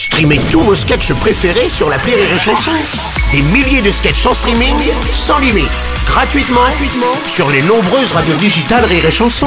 Streamez tous vos sketchs préférés sur l'appli Rire et Chanson. Des milliers de sketchs en streaming, sans limite, gratuitement sur les nombreuses radios digitales Rire et Chanson.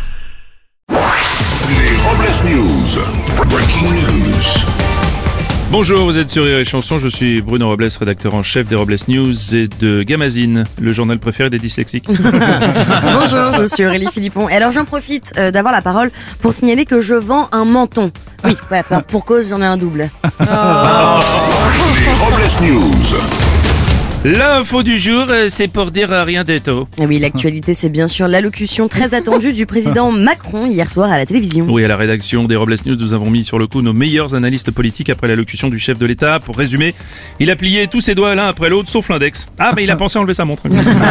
Les Robles News. Breaking news. Bonjour, vous êtes sur Rire et Chanson, je suis Bruno Robles, rédacteur en chef des Robles News et de Gamazine, le journal préféré des dyslexiques. Bonjour, je suis Aurélie Philippon. Et alors j'en profite d'avoir la parole pour signaler que je vends un menton. Oui, pour cause j'en ai un double. Les Robles News. L'info du jour, c'est pour dire rien de tout. Et oui, l'actualité c'est bien sûr l'allocution très attendue du président Macron hier soir à la télévision. Oui, à la rédaction des Robles News, nous avons mis sur le coup nos meilleurs analystes politiques après l'allocution du chef de l'État. Pour résumer, il a plié tous ses doigts l'un après l'autre, sauf l'index. Ah, mais il a pensé enlever sa montre.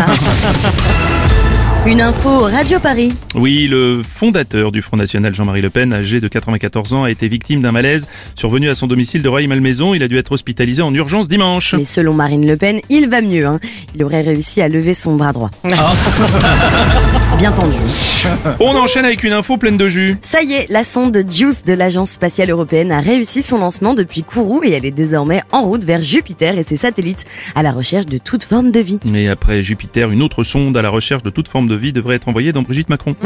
Une info Radio Paris. Oui, le fondateur du Front National, Jean-Marie Le Pen, âgé de 94 ans, a été victime d'un malaise survenu à son domicile de Rueil-Malmaison. Il a dû être hospitalisé en urgence dimanche. Mais selon Marine Le Pen, il va mieux. Il aurait réussi à lever son bras droit. Bien tendu. On enchaîne avec une info pleine de jus. Ça y est, la sonde JUICE de l'Agence spatiale européenne a réussi son lancement depuis Kourou et elle est désormais en route vers Jupiter et ses satellites à la recherche de toute forme de vie. Et après Jupiter, une autre sonde à la recherche de toute forme de vie devrait être envoyée dans Brigitte Macron.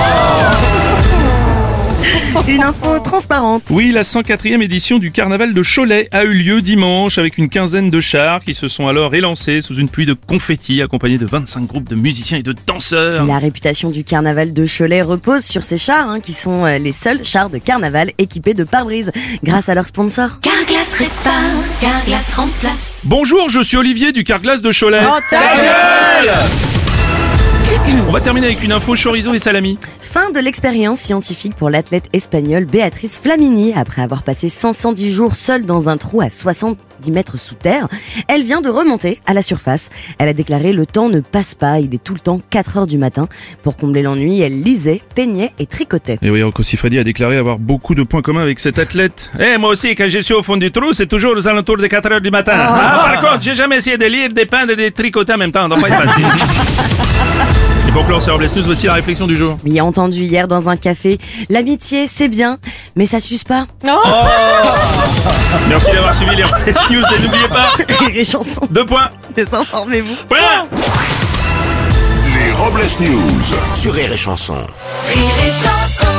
Une info transparente. Oui, la 104e édition du carnaval de Cholet a eu lieu dimanche avec une quinzaine de chars qui se sont alors élancés sous une pluie de confettis accompagnés de 25 groupes de musiciens et de danseurs. La réputation du carnaval de Cholet repose sur ces chars qui sont les seuls chars de carnaval équipés de pare-brise grâce à leur sponsor. Carglass répare, Carglass remplace. Bonjour, je suis Olivier du Carglass de Cholet. Oh, ta gueule! On va terminer avec une info chorizo et salami. Fin de l'expérience scientifique pour l'athlète espagnole Béatrice Flamini. Après avoir passé 510 jours seule dans un trou à 70 mètres sous terre, elle vient de remonter à la surface. Elle a déclaré: le temps ne passe pas, il est tout le temps 4 heures du matin. Pour combler l'ennui, elle lisait, peignait et tricotait. Et oui, Rocco Siffredi a déclaré avoir beaucoup de points communs avec cette athlète. Moi aussi, quand je suis au fond du trou, c'est toujours aux alentours de 4 heures du matin. Par contre, j'ai jamais essayé de lire, de peindre et de tricoter en même temps. Donc, pas être facile. Et pour clore, c'est Robles News, voici la réflexion du jour. Oui, entendu hier dans un café, l'amitié c'est bien, mais ça suce pas. Merci d'avoir suivi les Robles News et n'oubliez pas, Les chansons, 2 points. désinformez-vous. Point. Les Robles News. Sur Rire et Chanson. Rire et chanson.